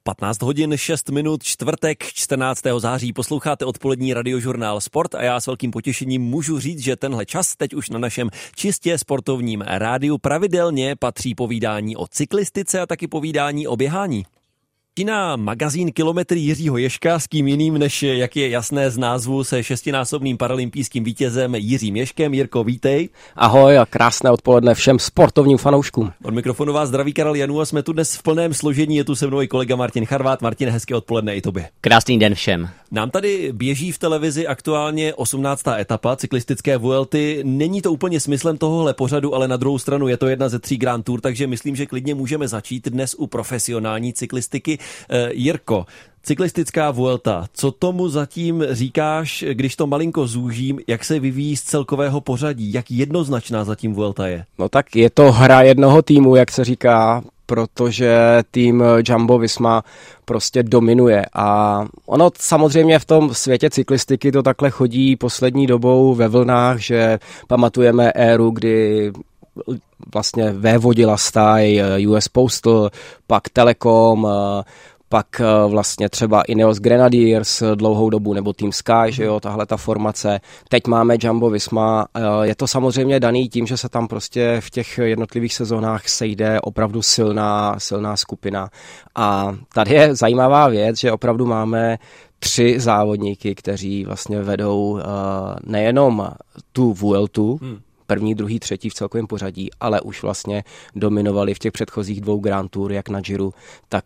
15 hodin 6 minut, čtvrtek 14. září posloucháte odpolední radiožurnál Sport a já s velkým potěšením můžu říct, že tenhle čas teď už na našem čistě sportovním rádiu pravidelně patří povídání o cyklistice a taky povídání o běhání. Začíná magazín Kilometry Jiřího Ježka s kým jiným, než jak je jasné z názvu, se šestinásobným paralympijským vítězem Jiřím Ježkem. Jirko, vítej. Ahoj a krásné odpoledne všem sportovním fanouškům. Od mikrofonu vás zdraví Karel Janu a jsme tu dnes v plném složení. Je tu se mnou i kolega Martin Charvát. Martin, hezké odpoledne i tobě. Krásný den všem. Nám tady běží v televizi aktuálně 18. etapa cyklistické Vuelty. Není to úplně smyslem tohohle pořadu, ale na druhou stranu je to jedna ze 3 Grand Tour, takže myslím, že klidně můžeme začít dnes u profesionální cyklistiky. Jirko, cyklistická Vuelta, co tomu zatím říkáš, když to malinko zúžím, jak se vyvíjí z celkového pořadí, jak jednoznačná zatím Vuelta je? No tak je to hra jednoho týmu, jak se říká, protože tým Jumbo Visma prostě dominuje a ono samozřejmě v tom světě cyklistiky to takhle chodí poslední dobou ve vlnách, že pamatujeme éru, kdy vlastně vévodila stáj US Postal, pak Telekom, pak vlastně třeba Ineos Grenadiers dlouhou dobu, nebo Team Sky, že jo, tahle ta formace. Teď máme Jumbo Visma. Je to samozřejmě daný tím, že se tam prostě v těch jednotlivých sezónách sejde opravdu silná skupina. A tady je zajímavá věc, že opravdu máme 3 závodníky, kteří vlastně vedou nejenom tu Vueltu, první, druhý, třetí v celkovém pořadí, ale už vlastně dominovali v těch předchozích 2 Grand Tour, jak na Giro, tak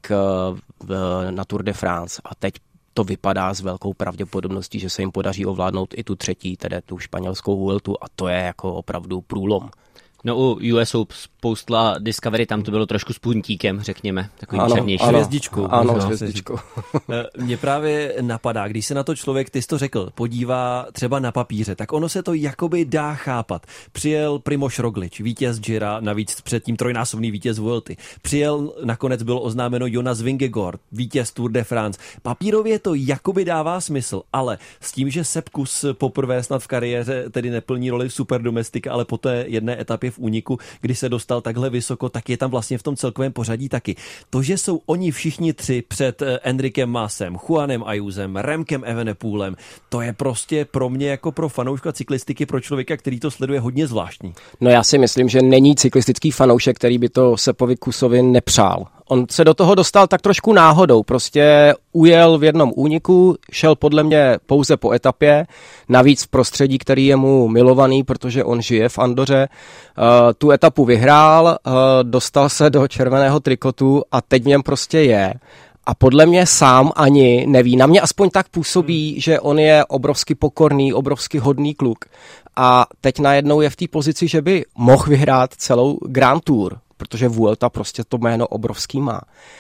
na Tour de France. A teď to vypadá s velkou pravděpodobností, že se jim podaří ovládnout i tu třetí, tedy tu španělskou Vueltu, a to je jako opravdu průlom. No u US Postal Discovery tam to bylo trošku s puntíkem, řekněme, takovým černějším. Hvězdičkou. Ano, s hvězdičkou. Mně právě napadá, když se na to člověk, ty jsi to řekl, podívá třeba na papíře, tak ono se to jakoby dá chápat. Přijel Primož Roglič, vítěz Gira, navíc předtím trojnásobný vítěz Vuelty. Přijel, nakonec bylo oznámeno Jonas Vingegaard, vítěz Tour de France. Papírově to jakoby dává smysl, ale s tím, že Sepp Kuss poprvé snad v kariéře tedy neplní roli superdomestika, ale po té jedné etapě v úniku, kdy se dostal takhle vysoko, tak je tam vlastně v tom celkovém pořadí taky. To, že jsou oni všichni 3 před Enrikem Masem, Juanem Ayusem, Remkem Evenepoelem, to je prostě pro mě jako pro fanouška cyklistiky, pro člověka, který to sleduje, hodně zvláštní. No já si myslím, že není cyklistický fanoušek, který by to Seppovi Kussovi nepřál. On se do toho dostal tak trošku náhodou, prostě ujel v jednom úniku, šel podle mě pouze po etapě, navíc v prostředí, který je mu milovaný, protože on žije v Andoře. Tu etapu vyhrál, dostal se do červeného trikotu a teď v něm prostě je. A podle mě sám ani neví. Na mě aspoň tak působí, že on je obrovsky pokorný, obrovsky hodný kluk. A teď najednou je v té pozici, že by mohl vyhrát celou Grand Tour, protože Vuelta prostě to jméno obrovský má.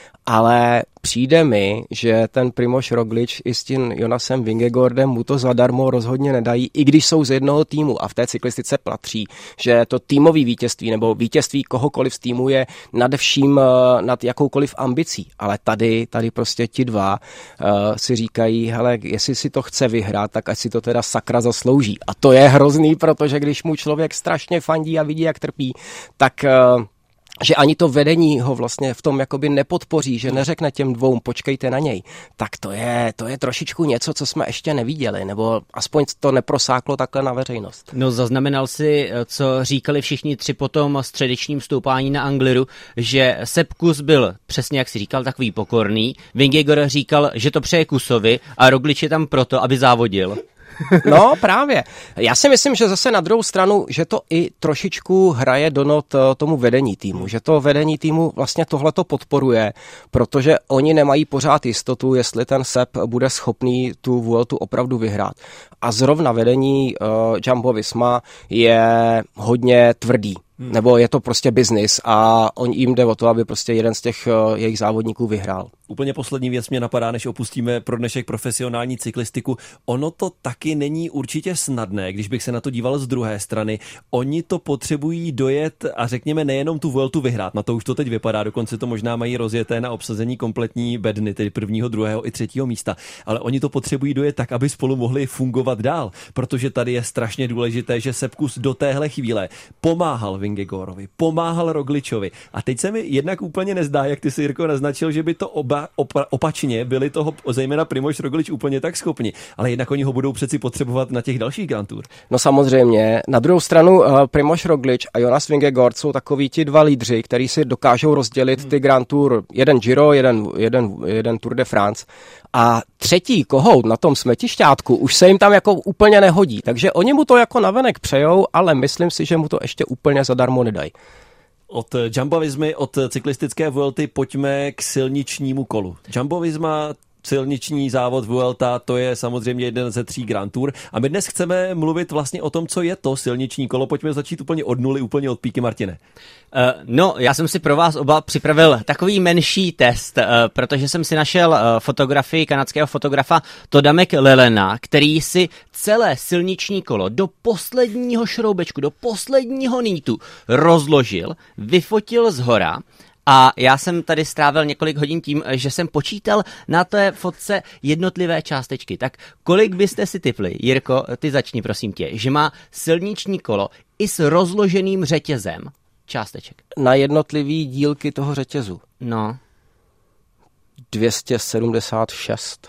Ale přijde mi, že ten Primož Roglič i s tím Jonasem Vingegaardem mu to zadarmo rozhodně nedají, i když jsou z jednoho týmu a v té cyklistice patří, že to týmový vítězství nebo vítězství kohokoliv z týmu je nad vším, nad jakoukoliv ambicí. Ale tady prostě ti dva si říkají, hele, jestli si to chce vyhrát, tak ať si to teda sakra zaslouží. A to je hrozný, protože když mu člověk strašně fandí a vidí, jak trpí, tak že ani to vedení ho vlastně v tom jakoby nepodpoří, že neřekne těm 2, počkejte na něj, tak to je trošičku něco, co jsme ještě neviděli, nebo aspoň to neprosáklo takhle na veřejnost. No zaznamenal si, co říkali všichni 3 po tom středečním stoupání na Angliru, že Sepp Kuss byl, přesně jak si říkal, takový pokorný, Vingegaard říkal, že to přeje Kussovi a Roglič je tam proto, aby závodil. No právě. Já si myslím, že zase na druhou stranu, že to i trošičku hraje do not tomu vedení týmu, že to vedení týmu vlastně tohleto podporuje, protože oni nemají pořád jistotu, jestli ten Sepp bude schopný tu Vueltu opravdu vyhrát. A zrovna vedení Jumbo Visma je hodně tvrdý. Nebo je to prostě biznis a jim jde o to, aby prostě jeden z těch jejich závodníků vyhrál. Úplně poslední věc mě napadá, než opustíme pro dnešek profesionální cyklistiku. Ono to taky není určitě snadné, když bych se na to díval z druhé strany. Oni to potřebují dojet a řekněme nejenom tu Vueltu vyhrát, na to už to teď vypadá, dokonce to možná mají rozjeté na obsazení kompletní bedny, tedy 1., 2. i 3. místa, ale oni to potřebují dojet tak, aby spolu mohli fungovat dál, protože tady je strašně důležité, že Sepp Kuss do téhle chvíle pomáhal Vingegorovi, pomáhal Rogličovi a teď se mi jednak úplně nezdá, jak ty si, Jirko, naznačil, že by to opačně byli toho zejména Primož Roglič úplně tak schopni, ale jednak oni ho budou přeci potřebovat na těch dalších Grand Tour. No samozřejmě. Na druhou stranu Primož Roglič a Jonas Vingegaard jsou takoví ti dva lídři, kteří si dokážou rozdělit ty Grand Tour, jeden Giro, jeden Tour de France a třetí kohout na tom smetišťátku už se jim tam jako úplně nehodí, takže oni mu to jako navenek přejou, ale myslím si, že mu to ještě úplně zadarmo nedají. Od Jumbo-Vismy, od cyklistické Vuelty pojďme k silničnímu kolu. Jumbo-Visma, silniční závod Vuelta, to je samozřejmě jeden ze 3 Grand Tour a my dnes chceme mluvit vlastně o tom, co je to silniční kolo. Pojďme začít úplně od nuly, úplně od píky, Martine. No, já jsem si pro vás oba připravil takový menší test, protože jsem si našel fotografii kanadského fotografa Toda McLellena, který si celé silniční kolo do posledního šroubečku, do posledního nýtu rozložil, vyfotil zhora. A já jsem tady strávil několik hodin tím, že jsem počítal na té fotce jednotlivé částečky. Tak kolik byste si tipli, Jirko, ty začni prosím tě, že má silniční kolo i s rozloženým řetězem částeček? Na jednotlivý dílky toho řetězu. No. 276.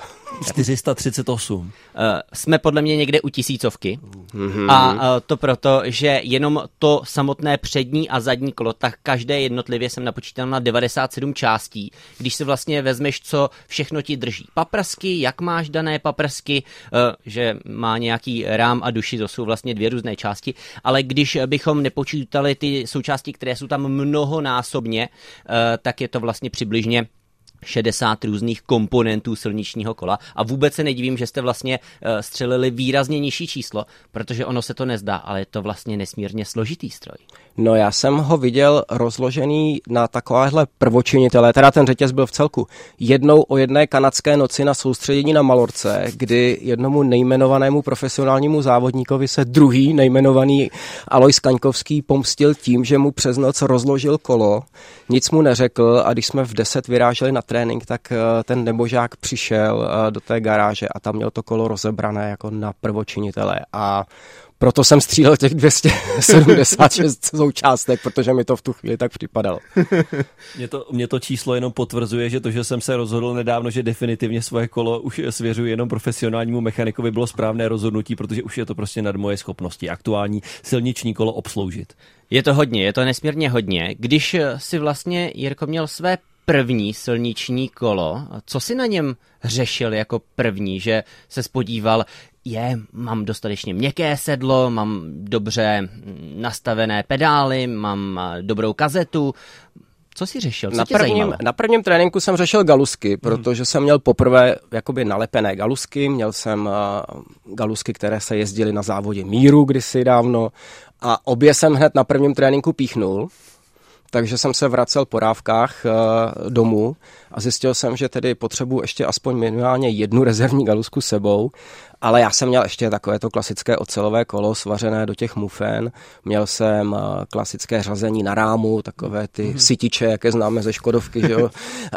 438. Jsme podle mě někde u 1000. A to proto, že jenom to samotné přední a zadní kolo, tak každé jednotlivě jsem napočítal na 97 částí. Když si vlastně vezmeš, co všechno ti drží. Paprsky, jak máš dané paprsky, že má nějaký rám a duši, to jsou vlastně 2 různé části, ale když bychom nepočítali ty součásti, které jsou tam mnohonásobně, tak je to vlastně přibližně 60 různých komponentů silničního kola a vůbec se nedivím, že jste vlastně střelili výrazně nižší číslo, protože ono se to nezdá, ale je to vlastně nesmírně složitý stroj. No já jsem ho viděl rozložený na takovéhle prvočinitele, teda ten řetěz byl v celku. Jednou o jedné kanadské noci na soustředění na Malorce, kdy jednomu nejmenovanému profesionálnímu závodníkovi se druhý nejmenovaný Alojz Kaňkovský pomstil tím, že mu přes noc rozložil kolo, nic mu neřekl a když jsme v 10 vyráželi na trénink, tak ten nebožák přišel do té garáže a tam měl to kolo rozebrané jako na prvočinitele a proto jsem střílel těch 276 součástek, protože mi to v tu chvíli tak připadalo. Mě to číslo jenom potvrzuje, že to, že jsem se rozhodl nedávno, že definitivně svoje kolo už svěřuji jenom profesionálnímu mechanikovi, bylo správné rozhodnutí, protože už je to prostě nad moje schopnosti aktuální silniční kolo obsloužit. Je to hodně, je to nesmírně hodně. Když si vlastně, Jirko, měl své první silniční kolo, co si na něm řešil jako první, že se spodíval, mám dostatečně měkké sedlo, mám dobře nastavené pedály, mám dobrou kazetu. Co jsi řešil? Co tě zajímalo? Na prvním tréninku jsem řešil galusky, protože jsem měl poprvé jakoby nalepené galusky, měl jsem galusky, které se jezdily na závodě Míru kdysi dávno a obě jsem hned na prvním tréninku píchnul. Takže jsem se vracel po dávkách domů a zjistil jsem, že tedy potřebuji ještě aspoň minimálně 1 rezervní galusku s sebou, ale já jsem měl ještě takovéto klasické ocelové kolo svařené do těch mufen, měl jsem klasické řazení na rámu, takové ty sytiče, jaké známe ze Škodovky, že jo?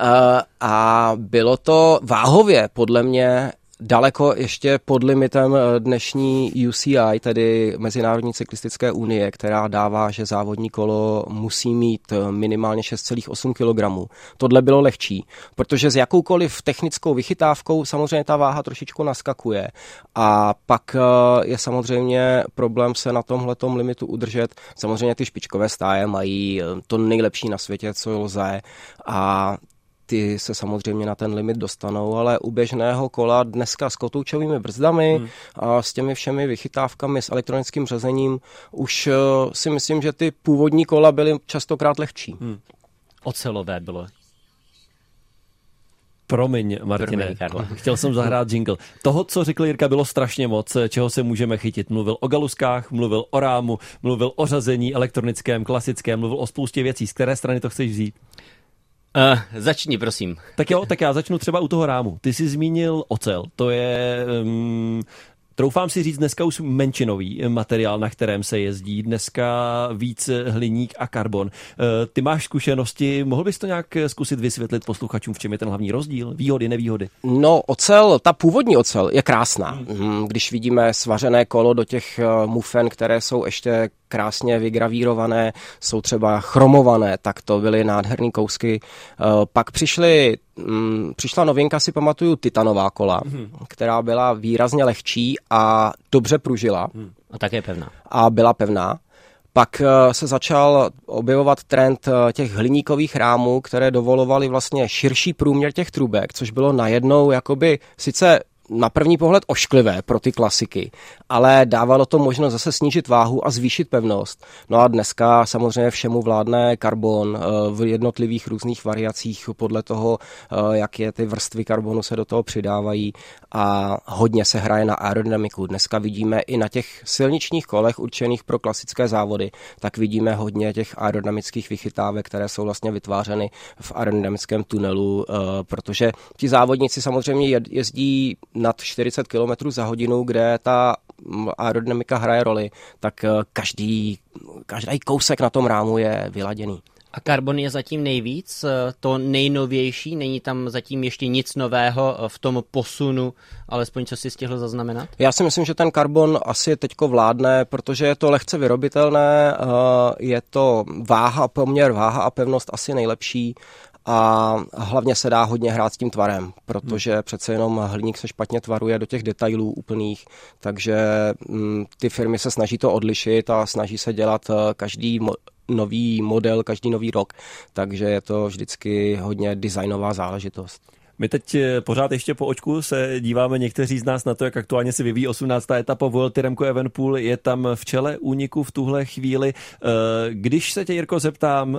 A bylo to váhově podle mě daleko ještě pod limitem dnešní UCI, tedy Mezinárodní cyklistické unie, která dává, že závodní kolo musí mít minimálně 6,8 kg. Tohle bylo lehčí, protože s jakoukoliv technickou vychytávkou samozřejmě ta váha trošičku naskakuje a pak je samozřejmě problém se na tomhletom limitu udržet. Samozřejmě ty špičkové stáje mají to nejlepší na světě, co lze a ty se samozřejmě na ten limit dostanou, ale u běžného kola dneska s kotoučovými brzdami a s těmi všemi vychytávkami, s elektronickým řazením už si myslím, že ty původní kola byly častokrát lehčí. Ocelové bylo. Promiň, Martine, chtěl jsem zahrát jingle. Toho, co řekl Jirka, bylo strašně moc, čeho se můžeme chytit. Mluvil o galuskách, mluvil o rámu, mluvil o řazení elektronickém, klasickém, mluvil o spoustě věcí. Z které strany to chceš vzít? Začni, prosím. Tak já začnu třeba u toho rámu. Ty jsi zmínil ocel, to je... Troufám si říct, dneska už menšinový materiál, na kterém se jezdí, dneska víc hliník a karbon. Ty máš zkušenosti, mohl bys to nějak zkusit vysvětlit posluchačům, v čem je ten hlavní rozdíl? Výhody, nevýhody? No, ocel, ta původní ocel je krásná. Když vidíme svařené kolo do těch mufen, které jsou ještě krásně vygravírované, jsou třeba chromované, tak to byly nádherný kousky. Pak přišla novinka, si pamatuju, titanová kola, která byla výrazně lehčí a dobře pružila. A také pevná. A byla pevná. Pak se začal objevovat trend těch hliníkových rámů, které dovolovaly vlastně širší průměr těch trubek, což bylo najednou jakoby sice na první pohled ošklivé pro ty klasiky, ale dávalo to možnost zase snížit váhu a zvýšit pevnost. No a dneska samozřejmě všemu vládne karbon v jednotlivých různých variacích podle toho, jak je ty vrstvy karbonu se do toho přidávají a hodně se hraje na aerodynamiku. Dneska vidíme i na těch silničních kolech určených pro klasické závody, tak vidíme hodně těch aerodynamických vychytávek, které jsou vlastně vytvářeny v aerodynamickém tunelu, protože ti závodníci samozřejmě jezdí nad 40 km za hodinu, kde ta aerodynamika hraje roli, tak každý kousek na tom rámu je vyladěný. A karbon je zatím nejvíc, to nejnovější, není tam zatím ještě nic nového v tom posunu, alespoň co si stihl zaznamenat? Já si myslím, že ten karbon asi teďko vládne, protože je to lehce vyrobitelné, je to poměr váha a pevnost asi nejlepší. A hlavně se dá hodně hrát s tím tvarem, protože přece jenom hliník se špatně tvaruje do těch detailů úplných, takže ty firmy se snaží to odlišit a snaží se dělat každý nový model, každý nový rok, takže je to vždycky hodně designová záležitost. My teď pořád ještě po očku se díváme někteří z nás na to, jak aktuálně se vyvíjí 18. etapa Vuelty. Remco Evenepoel je tam v čele úniku v tuhle chvíli. Když se tě, Jirko, zeptám,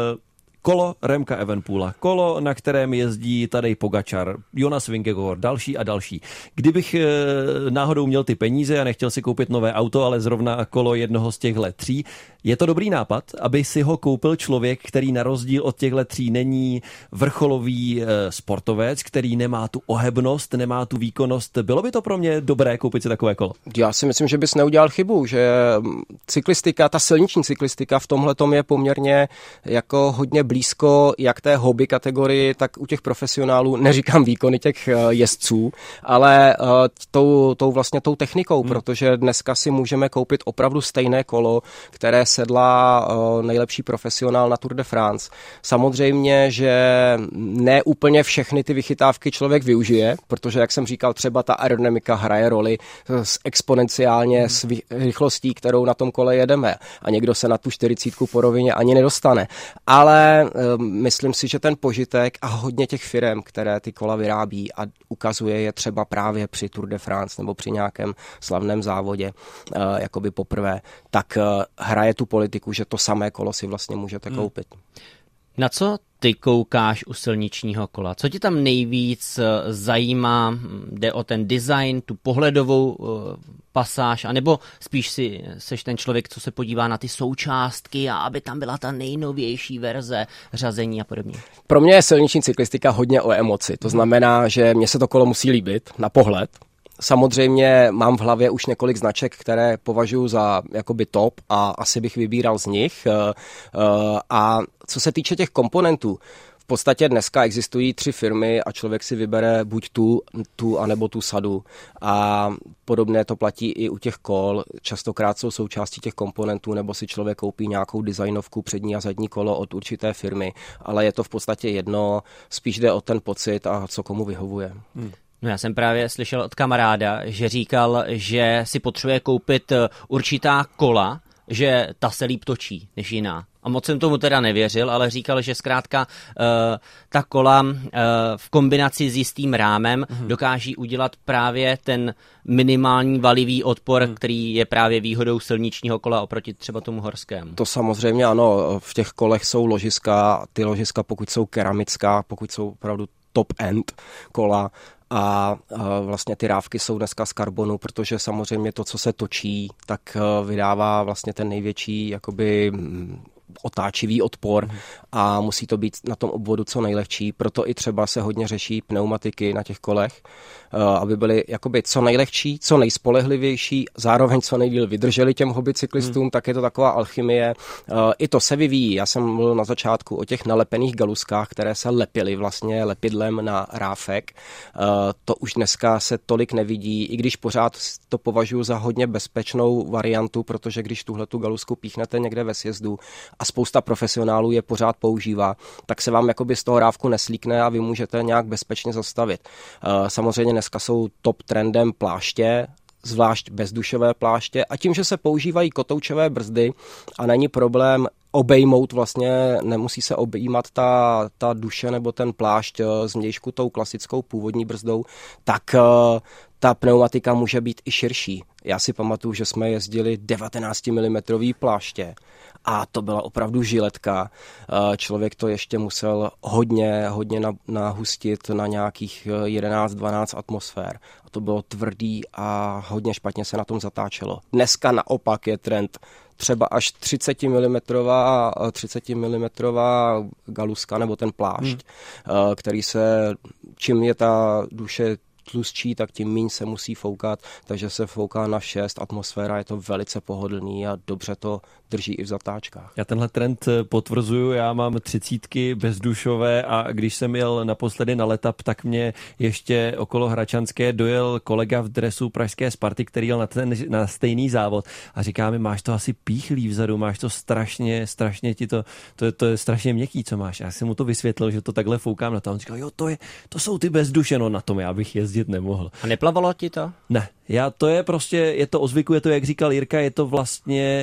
kolo Remka Evenepoela, kolo, na kterém jezdí Tadej Pogačar, Jonas Vingegaard, další a další. Kdybych náhodou měl ty peníze a nechtěl si koupit nové auto, ale zrovna kolo jednoho z těchto tří, je to dobrý nápad, aby si ho koupil člověk, který na rozdíl od těchto tří není vrcholový sportovec, který nemá tu ohebnost, nemá tu výkonnost. Bylo by to pro mě dobré koupit si takové kolo? Já si myslím, že bys neudělal chybu, že cyklistika, ta silniční cyklistika v tomhletom je poměrně jako hodně blízko jak té hobby kategorii, tak u těch profesionálů, neříkám výkony těch jezdců, ale tou technikou, protože dneska si můžeme koupit opravdu stejné kolo, které sedlá nejlepší profesionál na Tour de France. Samozřejmě, že ne úplně všechny ty vychytávky člověk využije, protože, jak jsem říkal, třeba ta aerodynamika hraje roli exponenciálně s rychlostí, kterou na tom kole jedeme a někdo se na tu 40 po rovině ani nedostane. Ale myslím si, že ten požitek a hodně těch firem, které ty kola vyrábí a ukazuje je třeba právě při Tour de France nebo při nějakém slavném závodě, jakoby poprvé, tak hraje tu politiku, že to samé kolo si vlastně můžete koupit. Na co ty koukáš u silničního kola? Co tě tam nejvíc zajímá? Jde o ten design, tu pohledovou pasáž, anebo spíš seš ten člověk, co se podívá na ty součástky a aby tam byla ta nejnovější verze řazení a podobně? Pro mě je silniční cyklistika hodně o emoci. To znamená, že mně se to kolo musí líbit na pohled. Samozřejmě mám v hlavě už několik značek, které považuji za jakoby top a asi bych vybíral z nich. A co se týče těch komponentů, v podstatě dneska existují 3 firmy a člověk si vybere buď tu anebo tu sadu. A podobné to platí i u těch kol. Častokrát jsou součástí těch komponentů, nebo si člověk koupí nějakou designovku přední a zadní kolo od určité firmy. Ale je to v podstatě jedno, spíš jde o ten pocit a co komu vyhovuje. No já jsem právě slyšel od kamaráda, že říkal, že si potřebuje koupit určitá kola, že ta se líp točí než jiná. A moc jsem tomu teda nevěřil, ale říkal, že zkrátka ta kola v kombinaci s jistým rámem dokáží udělat právě ten minimální valivý odpor, který je právě výhodou silničního kola oproti třeba tomu horskému. To samozřejmě ano, v těch kolech jsou ložiska, ty ložiska pokud jsou keramická, pokud jsou opravdu top-end kola, a vlastně ty rávky jsou dneska z karbonu, protože samozřejmě to, co se točí, tak vydává vlastně ten největší jakoby otáčivý odpor a musí to být na tom obvodu co nejlehčí. Proto i třeba se hodně řeší pneumatiky na těch kolech, aby byly jakoby co nejlehčí, co nejspolehlivější, zároveň co nejdýl vydrželi těm hobby cyklistům, tak je to taková alchymie. I to se vyvíjí. Já jsem mluvil na začátku o těch nalepených galuskách, které se lepily vlastně lepidlem na ráfek. To už dneska se tolik nevidí, i když pořád to považuji za hodně bezpečnou variantu, protože když tuhletu galusku píchnete někde ve sjezdu a spousta profesionálů je pořád používá, tak se vám jakoby z toho rávku neslíkne a vy můžete nějak bezpečně zastavit. Samozřejmě dneska jsou top trendem pláště, zvlášť bezdušové pláště a tím, že se používají kotoučové brzdy a není problém obejmout vlastně, nemusí se objímat ta duše nebo ten plášť zvnějšku tou klasickou původní brzdou, tak ta pneumatika může být i širší. Já si pamatuju, že jsme jezdili 19 mm pláště a to byla opravdu žiletka. Člověk to ještě musel hodně nahustit na nějakých 11-12 atmosfér. A to bylo tvrdý a hodně špatně se na tom zatáčelo. Dneska naopak je trend třeba až 30 mm galuska nebo ten plášť, který se, čím je ta duše tlustší, tak tím míň se musí foukat, takže se fouká na 6, atmosféra je to velice pohodlný a dobře to drží i v zatáčkách. Já tenhle trend potvrzuju, já mám 30 bezdušové a když jsem jel naposledy na letap, tak mě ještě okolo Hračanské dojel kolega v dresu pražské Sparty, který jel na stejný závod a říká mi, máš to asi píchlý vzadu, máš to strašně ti to je strašně měkký, co máš. Já jsem mu to vysvětlil, že to takhle foukám na to. On říkal, jo, to jsou ty bezduše, no na tom já bych jezdit nemohl. A neplavalo ti to? Ne. To je prostě, je to o zvyku, je to, jak říkal Jirka, je to vlastně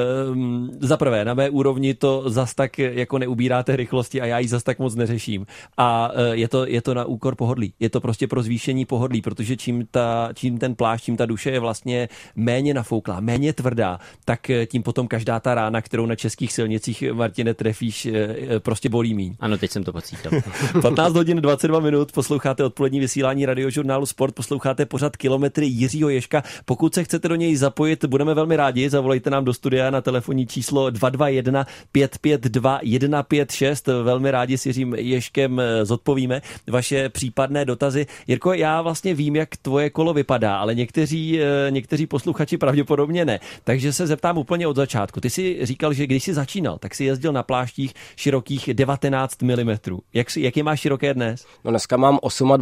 za prvé, na mé úrovni to zas tak jako neubíráte rychlosti a já ji zas tak moc neřeším. A je to na úkor pohodlí. Je to prostě pro zvýšení pohodlí, protože čím ten plášť, čím ta duše je vlastně méně nafouklá, méně tvrdá, tak tím potom každá ta rána, kterou na českých silnicích, Martine, trefíš, prostě bolí míň. Ano, teď jsem to pocítil. 15 hodin 22 minut, posloucháte odpolední vysílání Radiožurnálu Sport, posloucháte pořad Kilometry Jiřího Ježka. Pokud se chcete do něj zapojit, budeme velmi rádi. Zavolejte nám do studia na telefonní číslo 221 552 156. Velmi rádi s Jiřím Ježkem zodpovíme vaše případné dotazy. Jirko, já vlastně vím, jak tvoje kolo vypadá, ale někteří posluchači pravděpodobně ne. Takže se zeptám úplně od začátku. Ty jsi říkal, že když jsi začínal, tak jsi jezdil na pláštích širokých 19 mm. Jak je máš široké dnes? No dneska mám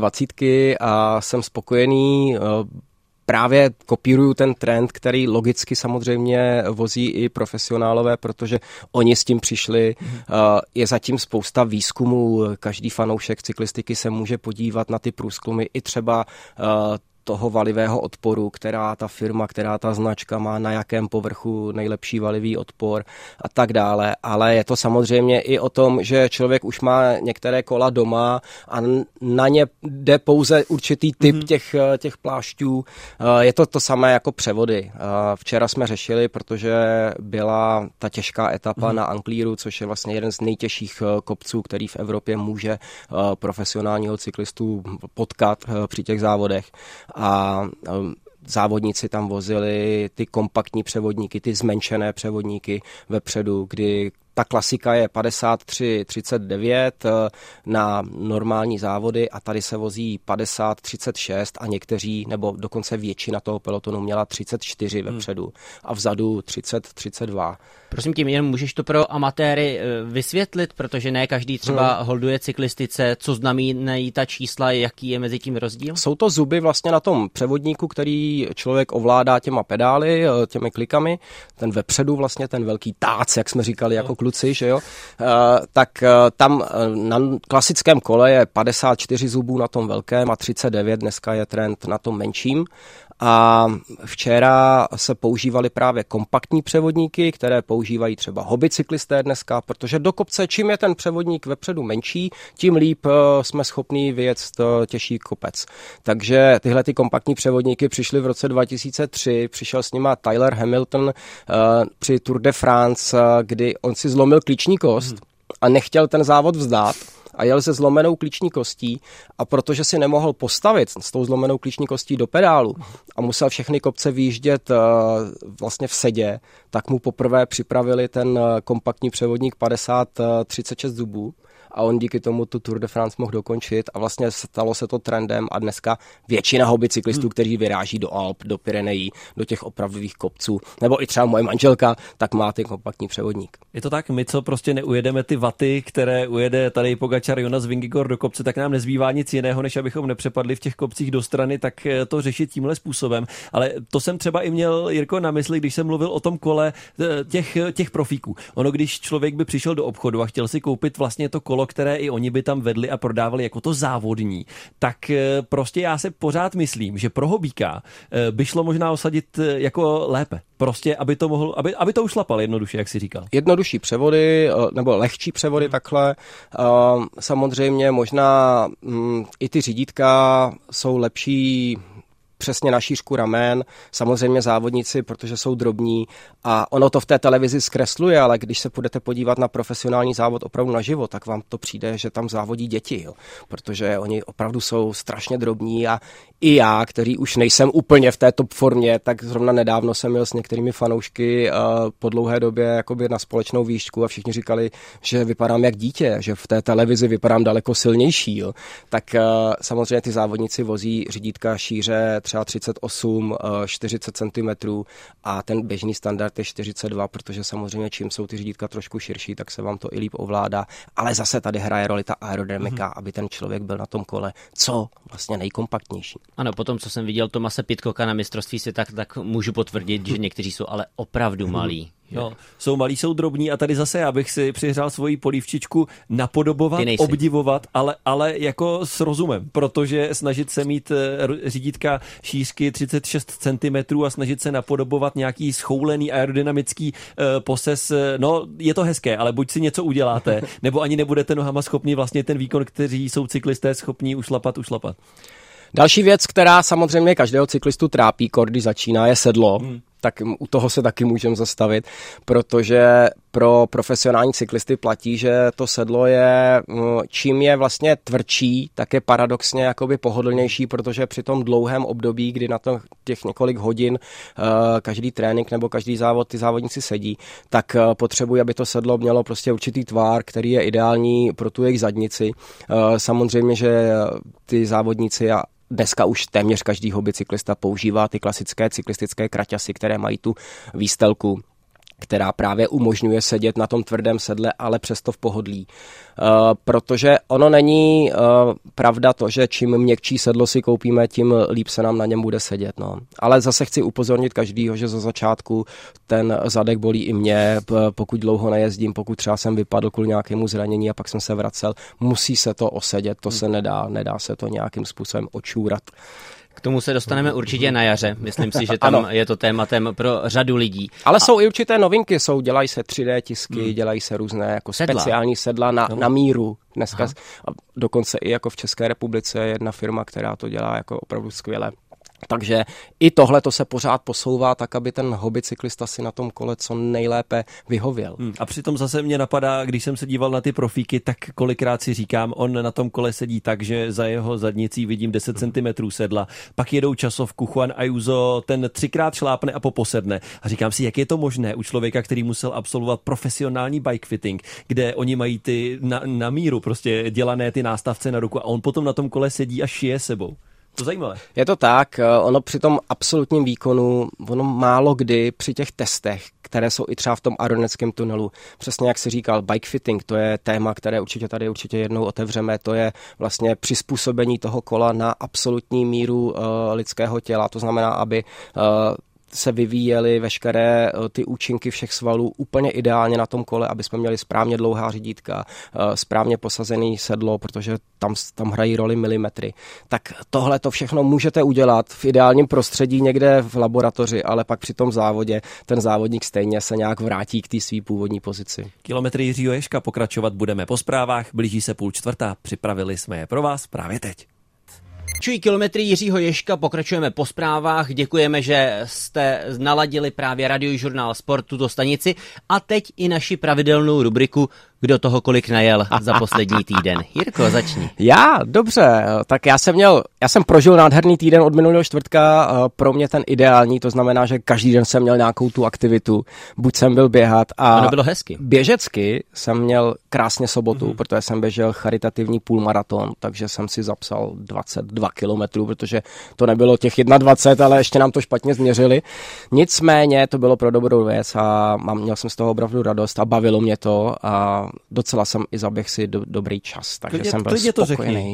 28 a jsem spokojený. Právě kopíruju ten trend, který logicky samozřejmě vozí i profesionálové, protože oni s tím přišli. Je zatím spousta výzkumů, každý fanoušek cyklistiky se může podívat na ty průzkumy i třeba toho valivého odporu, která ta firma, která ta značka má na jakém povrchu nejlepší valivý odpor a tak dále. Ale je to samozřejmě i o tom, že člověk už má některé kola doma a na ně jde pouze určitý typ těch plášťů. Je to samé jako převody. Včera jsme řešili, protože byla ta těžká etapa na Anglíru, což je vlastně jeden z nejtěžších kopců, který v Evropě může profesionálního cyklistu potkat při těch závodech. A závodníci tam vozili ty kompaktní převodníky, ty zmenšené převodníky vepředu, kdy ta klasika je 53-39 na normální závody a tady se vozí 50-36 a někteří, nebo dokonce většina toho pelotonu měla 34 vepředu a vzadu 30-32. Prosím tě, jen můžeš to pro amatéry vysvětlit, protože ne každý třeba holduje cyklistice, co znamenají ta čísla, jaký je mezi tím rozdíl? Jsou to zuby vlastně na tom převodníku, který člověk ovládá těma pedály, těmi klikami, ten vepředu vlastně, ten velký tác, jak jsme říkali jako kluci, že jo, tak tam na klasickém kole je 54 zubů na tom velkém a 39, dneska je trend na tom menším. A včera se používaly právě kompaktní převodníky, které používají třeba hobby cyklisté dneska, protože do kopce, čím je ten převodník vepředu menší, tím líp jsme schopní vyjet těžší kopec. Takže tyhle ty kompaktní převodníky přišly v roce 2003, přišel s nima Tyler Hamilton při Tour de France, kdy on si zlomil klíční kost a nechtěl ten závod vzdát. a jel se zlomenou klíční kostí a protože si nemohl postavit s tou zlomenou klíční kostí do pedálu a musel všechny kopce vyjíždět vlastně v sedě, tak mu poprvé připravili ten kompaktní převodník 50-36 zubů a on díky tomu tu Tour de France mohl dokončit a vlastně stalo se to trendem a dneska většina hobby cyklistů, kteří vyráží do Alp, do Pyrenejí, do těch opravdových kopců, nebo i třeba moje manželka, tak má ten kompaktní převodník. Je to tak, my co prostě neujedeme ty vaty, které ujede tady Pogačar, Jonas Vingegaard do kopce, tak nám nezbývá nic jiného, než abychom nepřepadli v těch kopcích do strany, tak to řešit tímhle způsobem. Ale to jsem třeba i měl, Jirko, na mysli, když jsem mluvil o tom kole těch profíků. Ono, když člověk by přišel do obchodu a chtěl si koupit vlastně to kolo, které i oni by tam vedli a prodávali jako to závodní, tak prostě já se pořád myslím, že pro hobíka by šlo možná osadit jako lépe. Prostě, aby to mohl, aby to ušlapal jednoduše, jak si říkal. Jednodušší převody, nebo lehčí převody takhle. Samozřejmě možná i ty řídítka jsou lepší přesně na šířku ramen, samozřejmě závodníci, protože jsou drobní a ono to v té televizi zkresluje, ale když se budete podívat na profesionální závod opravdu naživo, tak vám to přijde, že tam závodí děti, jo. Protože oni opravdu jsou strašně drobní a i já, který už nejsem úplně v té top formě, tak zrovna nedávno jsem měl s některými fanoušky po dlouhé době jakoby na společnou výšku a všichni říkali, že vypadám jak dítě, že v té televizi vypadám daleko silnější, jo. Tak samozřejmě ty závodníci vozí řídítka šíře třeba 38-40 cm a ten běžný standard je 42, protože samozřejmě čím jsou ty řídítka trošku širší, tak se vám to i líp ovládá, ale zase tady hraje roli ta aerodynamika, aby ten člověk byl na tom kole co vlastně nejkompaktnější. Ano, potom, co jsem viděl Tomase Pidcocka na mistrovství světa, tak můžu potvrdit, že někteří jsou ale opravdu malí. No, jsou malí, jsou drobní a tady zase já bych si přihřál svoji polívčičku napodobovat, obdivovat, ale jako s rozumem, protože snažit se mít řídítka šířky 36 cm a snažit se napodobovat nějaký schoulený aerodynamický poses, no je to hezké, ale buď si něco uděláte, nebo ani nebudete nohama schopni vlastně ten výkon, kteří jsou cyklisté schopní ušlapat. Další věc, která samozřejmě každého cyklistu trápí, když začíná, je sedlo. Tak u toho se taky můžeme zastavit, protože pro profesionální cyklisty platí, že to sedlo je, čím je vlastně tvrdší, tak je paradoxně jakoby pohodlnější, protože při tom dlouhém období, kdy na to těch několik hodin každý trénink nebo každý závod ty závodníci sedí, tak potřebují, aby to sedlo mělo prostě určitý tvar, který je ideální pro tu jejich zadnici. Samozřejmě, že ty závodníci a dneska už téměř každý hobby cyklista používá ty klasické cyklistické kraťasy, které mají tu výstelku, která právě umožňuje sedět na tom tvrdém sedle, ale přesto v pohodlí. Protože ono není pravda to, že čím měkčí sedlo si koupíme, tím líp se nám na něm bude sedět. No. Ale zase chci upozornit každýho, že za začátku ten zadek bolí i mě, pokud dlouho nejezdím, pokud třeba jsem vypadl kvůli nějakému zranění a pak jsem se vracel, musí se to osedět, to se nedá se to nějakým způsobem očůrat. K tomu se dostaneme určitě na jaře. Myslím si, že tam je to tématem pro řadu lidí. Ale jsou i určité novinky, dělají se 3D tisky, dělají se různé jako speciální sedla na míru. Dneska a dokonce i jako v České republice je jedna firma, která to dělá jako opravdu skvěle. Takže i tohle to se pořád posouvá tak, aby ten hobby cyklista si na tom kole co nejlépe vyhověl. A přitom zase mě napadá, když jsem se díval na ty profíky, tak kolikrát si říkám, on na tom kole sedí tak, že za jeho zadnicí vidím 10 cm sedla, pak jedou časovku, Juan Ayuso ten 3krát šlápne a poposedne. A říkám si, jak je to možné u člověka, který musel absolvovat profesionální bike fitting, kde oni mají ty na míru prostě dělané ty nástavce na ruku a on potom na tom kole sedí a šije sebou. To zajímavé. Je to tak, ono při tom absolutním výkonu, ono málo kdy při těch testech, které jsou i třeba v tom aerodynamickém tunelu, přesně jak jsi říkal, bike fitting, to je téma, které určitě jednou otevřeme, to je vlastně přizpůsobení toho kola na absolutní míru lidského těla, to znamená, aby se vyvíjely veškeré ty účinky všech svalů úplně ideálně na tom kole, aby jsme měli správně dlouhá řídítka, správně posazený sedlo, protože tam hrají roli milimetry. Tak tohle to všechno můžete udělat v ideálním prostředí někde v laboratoři, ale pak při tom závodě ten závodník stejně se nějak vrátí k té své původní pozici. Kilometry Jiřího Ježka pokračovat budeme po zprávách, blíží se 3:30, připravili jsme je pro vás právě teď. Čují kilometry Jiřího Ježka, pokračujeme po zprávách, děkujeme, že jste naladili právě Radiožurnál Sport, tuto stanici a teď i naši pravidelnou rubriku kdo toho kolik najel za poslední týden. Jirko, začni. Já, dobře, tak já jsem prožil nádherný týden od minulého čtvrtka, pro mě ten ideální, to znamená, že každý den jsem měl nějakou tu aktivitu, buď jsem byl běhat a ono bylo hezky. Běžecky jsem měl krásně sobotu, protože jsem běžel charitativní půlmaraton, takže jsem si zapsal 22 kilometrů, protože to nebylo těch 21, ale ještě nám to špatně změřili. Nicméně to bylo pro dobrou věc a měl jsem z toho opravdu radost a bavilo mě to a docela jsem i zaběhl si dobrý čas, takže jsem byl spokojený.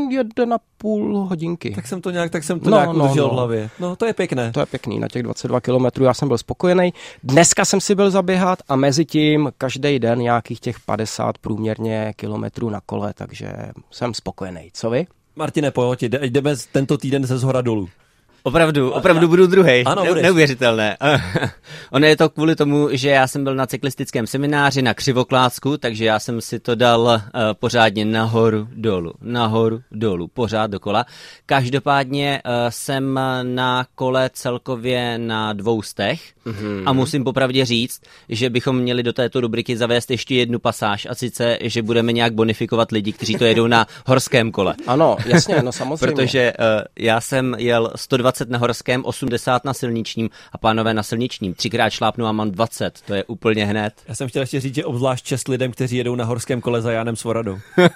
1,5 hodinky. Tak jsem to nějak udržel v hlavě. No, to je pěkné. To je pěkný, na těch 22 kilometrů já jsem byl spokojený. Dneska jsem si byl zaběhat a mezi tím každý den nějakých těch 50 průměrně kilometrů na kole, takže jsem spokojený. Co vy? Martine, pojď, jdeme tento týden ze zhora dolů. Opravdu budu druhej. Ano, neuvěřitelné. Ono je to kvůli tomu, že já jsem byl na cyklistickém semináři na Křivoklácku, takže já jsem si to dal pořádně nahoru, dolů, pořád dokola. Každopádně jsem na kole celkově na 200 a musím popravdě říct, že bychom měli do této rubriky zavést ještě jednu pasáž a sice, že budeme nějak bonifikovat lidi, kteří to jedou na horském kole. Ano, jasně, no samozřejmě. Protože já jsem jel 120 na horském, 80 na silničním a pánové na silničním. 3krát šlápnu a mám 20. To je úplně hned. Já jsem chtěl ještě říct, že obzvlášť čest lidem, kteří jedou na horském kole za Jánem Svoradou.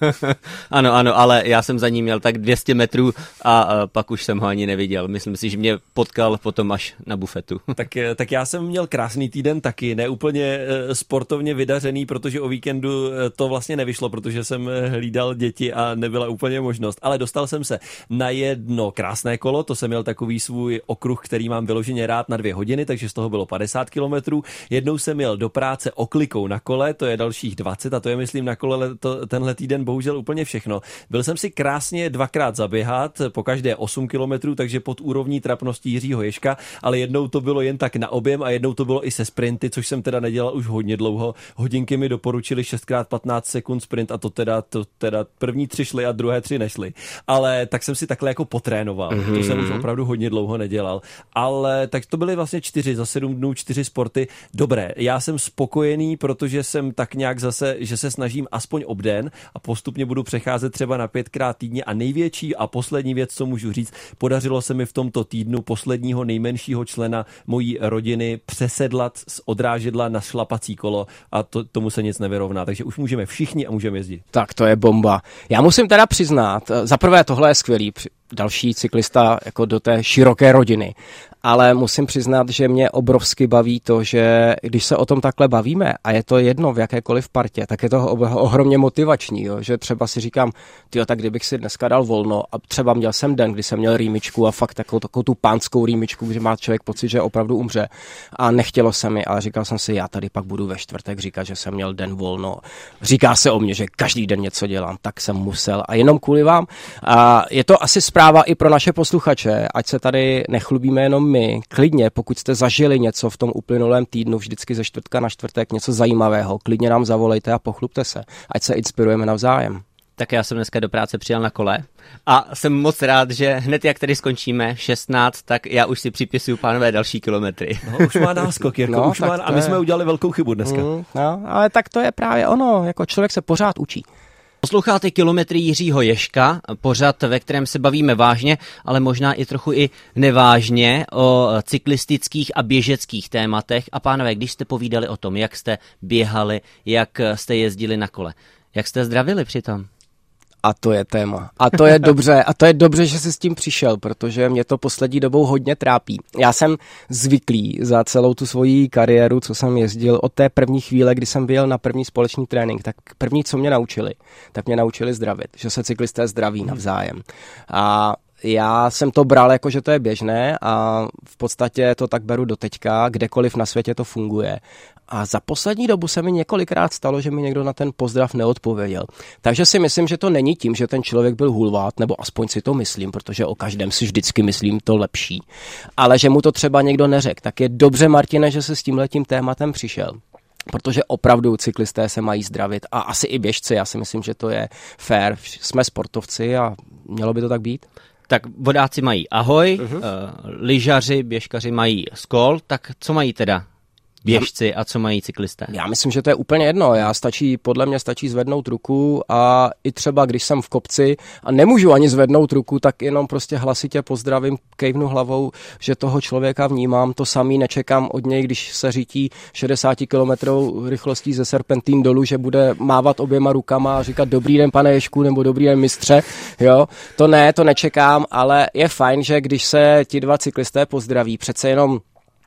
Ano, ale já jsem za ním měl tak 200 metrů a pak už jsem ho ani neviděl. Myslím si, že mě potkal potom až na bufetu. Tak já jsem měl krásný týden taky, ne úplně sportovně vydařený, protože o víkendu to vlastně nevyšlo, protože jsem hlídal děti a nebyla úplně možnost. Ale dostal jsem se na jedno krásné kolo, to jsem měl takový svůj okruh, který mám vyloženě rád na 2 hodiny, takže z toho bylo 50 kilometrů. Jednou jsem jel do práce oklikou na kole, to je dalších 20 a to je, myslím, na kole tenhle týden bohužel úplně všechno. Byl jsem si krásně 2krát zaběhat, po každé 8 kilometrů, takže pod úrovní trapnosti Jiřího Ježka, ale jednou to bylo jen tak na objem a jednou to bylo i se sprinty, což jsem teda nedělal už hodně dlouho. Hodinky mi doporučili 6x15 sekund sprint a to teda první 3 šly a druhé 3 nešly. Ale tak jsem si takhle jako potrénoval. To jsem už opravdu hodně dlouho nedělal. Ale tak to byly vlastně 4 za 7 dnů, 4 sporty. Dobré, já jsem spokojený, protože jsem tak nějak zase, že se snažím aspoň obden a postupně budu přecházet třeba na 5krát týdně a největší a poslední věc, co můžu říct, podařilo se mi v tomto týdnu posledního nejmenšího člena mojí rodiny přesedlat z odrážedla na šlapací kolo a tomu se nic nevyrovná, takže už můžeme všichni a můžeme jezdit. Tak to je bomba. Já musím teda přiznat, zaprvé tohle je skvělý, další cyklista jako do té široké rodiny. Ale musím přiznat, že mě obrovsky baví to, že když se o tom takhle bavíme a je to jedno v jakékoliv partě, tak je to ohromně motivační, jo? Že třeba si říkám, tyjo, tak kdybych si dneska dal volno a třeba měl jsem den, kdy jsem měl rýmičku a fakt takovou tu pánskou rýmičku, kdy má člověk pocit, že opravdu umře a nechtělo se mi, ale říkal jsem si, já tady pak budu ve čtvrtek říkat, že jsem měl den volno. Říká se o mě, že každý den něco dělám, tak jsem musel a jenom kvůli vám. A je to asi zpráva i pro naše posluchače, ať se tady nechlubíme jenom my, klidně, pokud jste zažili něco v tom uplynulém týdnu, vždycky ze čtvrtka na čtvrtek, něco zajímavého, klidně nám zavolejte a pochlubte se, ať se inspirujeme navzájem. Tak já jsem dneska do práce přijel na kole a jsem moc rád, že hned jak tady skončíme 16, tak já už si připisuju, pánové, další kilometry. No, už má náskok, Jirko, no, už má, a my jsme udělali velkou chybu dneska. No, ale tak to je právě ono, jako člověk se pořád učí. Posloucháte Kilometry Jiřího Ježka, pořad, ve kterém se bavíme vážně, ale možná i trochu i nevážně o cyklistických a běžeckých tématech. A pánové, když jste povídali o tom, jak jste běhali, jak jste jezdili na kole, jak jste zdravili přitom? A to je téma. A to je dobře. A to je dobře, že jsi s tím přišel, protože mě to poslední dobou hodně trápí. Já jsem zvyklý za celou tu svoji kariéru, co jsem jezdil, od té první chvíle, kdy jsem byl na první společný trénink, tak první, co mě naučili, tak mě naučili zdravit, že se cyklisté zdraví navzájem. A já jsem to bral jako, že to je běžné a v podstatě to tak beru do teďka, kdekoliv na světě to funguje. A za poslední dobu se mi několikrát stalo, že mi někdo na ten pozdrav neodpověděl. Takže si myslím, že to není tím, že ten člověk byl hulvát, nebo aspoň si to myslím, protože o každém si vždycky myslím to lepší. Ale že mu to třeba někdo neřekl. Tak je dobře, Martine, že se s tímhletím tématem přišel. Protože opravdu cyklisté se mají zdravit a asi i běžci, já si myslím, že to je fair. Jsme sportovci a mělo by to tak být. Tak vodáci mají ahoj, lyžaři, běžkaři mají skol, tak co mají teda běžci a co mají cyklisté? Já myslím, že to je úplně jedno. Podle mě stačí zvednout ruku a i třeba, když jsem v kopci a nemůžu ani zvednout ruku, tak jenom prostě hlasitě pozdravím, kejvnu hlavou, že toho člověka vnímám. To samý nečekám od něj, když se řítí 60 km rychlostí ze serpentín dolů, že bude mávat oběma rukama a říkat dobrý den, pane Ježku, nebo dobrý den, mistře. Jo? To nečekám, ale je fajn, že když se ti dva cyklisté pozdraví, přece jenom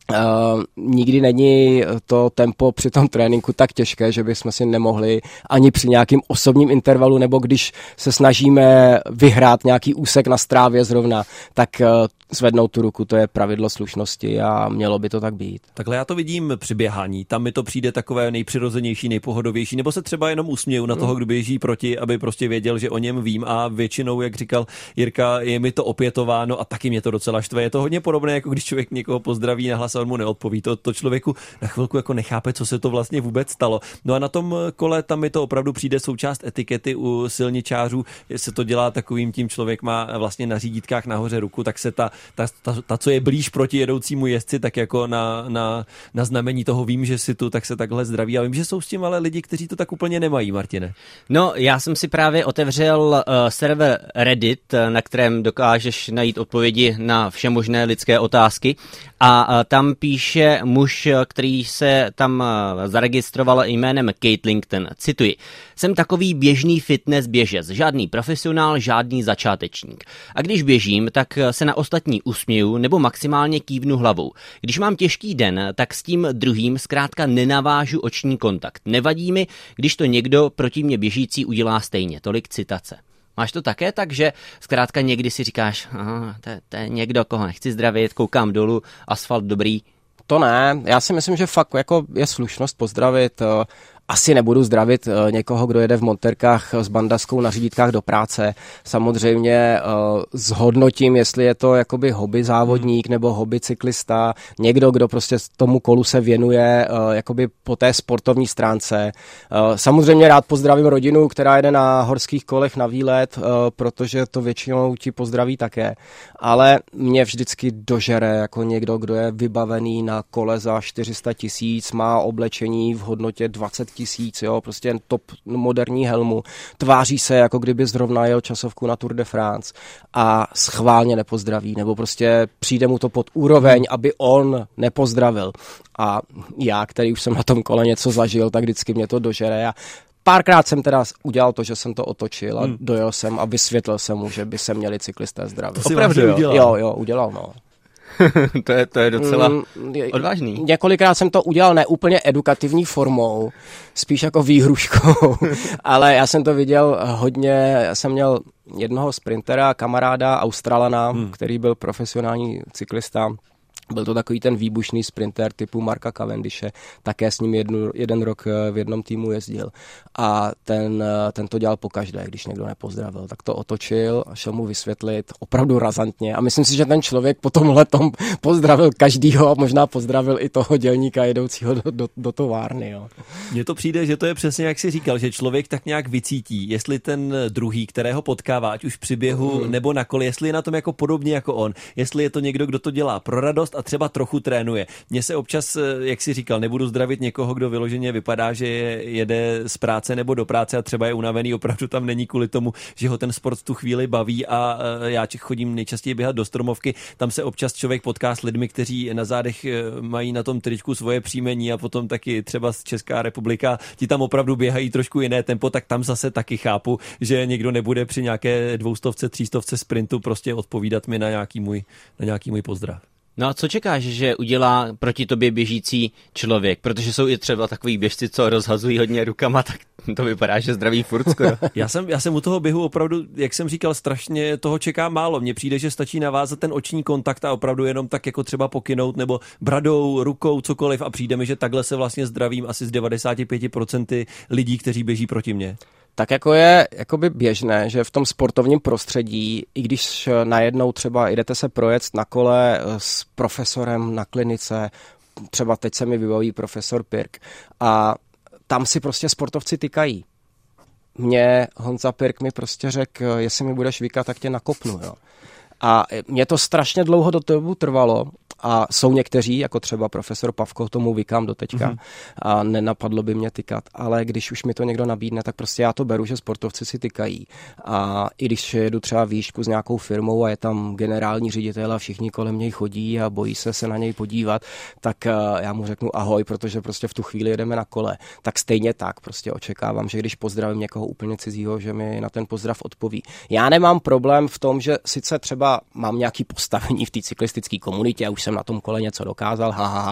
nikdy není to tempo při tom tréninku tak těžké, že bychom si nemohli ani při nějakým osobním intervalu, nebo když se snažíme vyhrát nějaký úsek na Strávě zrovna, tak zvednout tu ruku, to je pravidlo slušnosti a mělo by to tak být. Takhle já to vidím při běhání, tam mi to přijde takové nejpřirozenější, nejpohodovější, nebo se třeba jenom usměju na toho, kdo běží proti, aby prostě věděl, že o něm vím a většinou, jak říkal Jirka, je mi to opětováno a taky mě to docela štve. Je to hodně podobné, jako když člověk někoho pozdraví na hlas a on mu neodpoví. To člověku na chvilku jako nechápe, co se to vlastně vůbec stalo. No a na tom kole tam mi to opravdu přijde součást etikety u silničářů, se to dělá takovým tím, člověk má vlastně na řídítkách nahoře ruku, tak se ta, co je blíž proti jedoucímu jezdci, tak jako na znamení toho vím, že si tu, tak se takhle zdraví. A vím, že jsou s tím ale lidi, kteří to tak úplně nemají, Martine. No, já jsem si právě otevřel server Reddit, na kterém dokážeš najít odpovědi na všemožné lidské otázky. A tam píše muž, který se tam zaregistroval jménem Kate Linkton, cituji: jsem takový běžný fitness běžec, žádný profesionál, žádný začátečník. A když běžím, tak se na ostatní usměju nebo maximálně kývnu hlavou. Když mám těžký den, tak s tím druhým zkrátka nenavážu oční kontakt. Nevadí mi, když to někdo proti mě běžící udělá stejně. Tolik citace. Máš to také tak, že zkrátka někdy si říkáš, to je někdo, koho nechci zdravit, koukám dolů, asfalt dobrý? To ne, já si myslím, že fakt jako je slušnost pozdravit. Asi nebudu zdravit někoho, kdo jede v monterkách s bandaskou na řídítkách do práce. Samozřejmě zhodnotím, jestli je to jakoby hobby závodník nebo hobby cyklista, někdo, kdo prostě tomu kolu se věnuje jakoby po té sportovní stránce. Samozřejmě rád pozdravím rodinu, která jede na horských kolech na výlet, protože to většinou ti pozdraví také. Ale mě vždycky dožere jako někdo, kdo je vybavený na kole za 400 000, má oblečení v hodnotě 20 000, jo, prostě top moderní helmu, tváří se, jako kdyby zrovna jel časovku na Tour de France a schválně nepozdraví, nebo prostě přijde mu to pod úroveň, aby on nepozdravil. A já, který už jsem na tom kole něco zažil, tak vždycky mě to dožere a párkrát jsem teda udělal to, že jsem to otočil a dojel jsem a vysvětlil jsem mu, že by se měli cyklisté zdravit. To opravdu udělal? Jo, udělal, no. to je docela odvážný. Několikrát jsem to udělal ne úplně edukativní formou, spíš jako výhruškou, ale já jsem to viděl hodně, já jsem měl jednoho sprintera, kamaráda, Australana, který byl profesionální cyklista. Byl to takový ten výbušný sprinter typu Marka Cavendishe, také s ním jeden rok v jednom týmu jezdil. A ten to dělal pokaždé, když někdo nepozdravil. Tak to otočil a šel mu vysvětlit opravdu razantně. A myslím si, že ten člověk po tomhletom pozdravil každýho a možná pozdravil i toho dělníka jedoucího do továrny. Jo. Mně to přijde, že to je přesně jak jsi říkal, že člověk tak nějak vycítí, jestli ten druhý, kterého potkává, ať už při běhu nebo na kole, jestli je na tom jako podobně jako on, jestli je to někdo, kdo to dělá pro radost a třeba trochu trénuje. Mně se občas, jak jsi říkal, nebudu zdravit někoho, kdo vyloženě vypadá, že jede z práce nebo do práce a třeba je unavený, opravdu tam není kvůli tomu, že ho ten sport v tu chvíli baví a já chodím nejčastěji běhat do Stromovky, tam se občas člověk potká s lidmi, kteří na zádech mají na tom tričku svoje příjmení a potom taky třeba z Česká republika, ti tam opravdu běhají trošku jiné tempo, tak tam zase taky chápu, že někdo nebude při nějaké 200, 300 sprintu prostě odpovídat mi na nějaký můj pozdrav. No a co čekáš, že udělá proti tobě běžící člověk? Protože jsou i třeba takový běžci, co rozhazují hodně rukama, tak to vypadá, že zdraví furt skoro. Já jsem u toho běhu opravdu, jak jsem říkal, strašně toho čekám málo. Mně přijde, že stačí navázat ten oční kontakt a opravdu jenom tak jako třeba pokynout nebo bradou, rukou, cokoliv a přijde mi, že takhle se vlastně zdravím asi z 95% lidí, kteří běží proti mně. Tak jako je jakoby běžné, že v tom sportovním prostředí, i když najednou třeba jdete se projet na kole s profesorem na klinice, třeba teď se mi vybaví profesor Pirk, a tam si prostě sportovci tykají. Honza Pirk mi prostě řekl, jestli mi budeš vykat, tak tě nakopnu. Jo. A mě to strašně dlouho do toho trvalo, A jsou někteří, jako třeba profesor Pavko, tomu vykám do teďka a nenapadlo by mě tykat, ale když už mi to někdo nabídne, tak prostě já to beru, že sportovci si tykají. A i když jedu třeba výšku s nějakou firmou a je tam generální ředitel a všichni kolem něj chodí a bojí se na něj podívat, tak já mu řeknu ahoj, protože prostě v tu chvíli jedeme na kole. Tak stejně tak prostě očekávám, že když pozdravím někoho úplně cizího, že mi na ten pozdrav odpoví. Já nemám problém v tom, že sice třeba mám nějaký postavení v té cyklistické komunitě a už jsem na tom kole něco dokázal,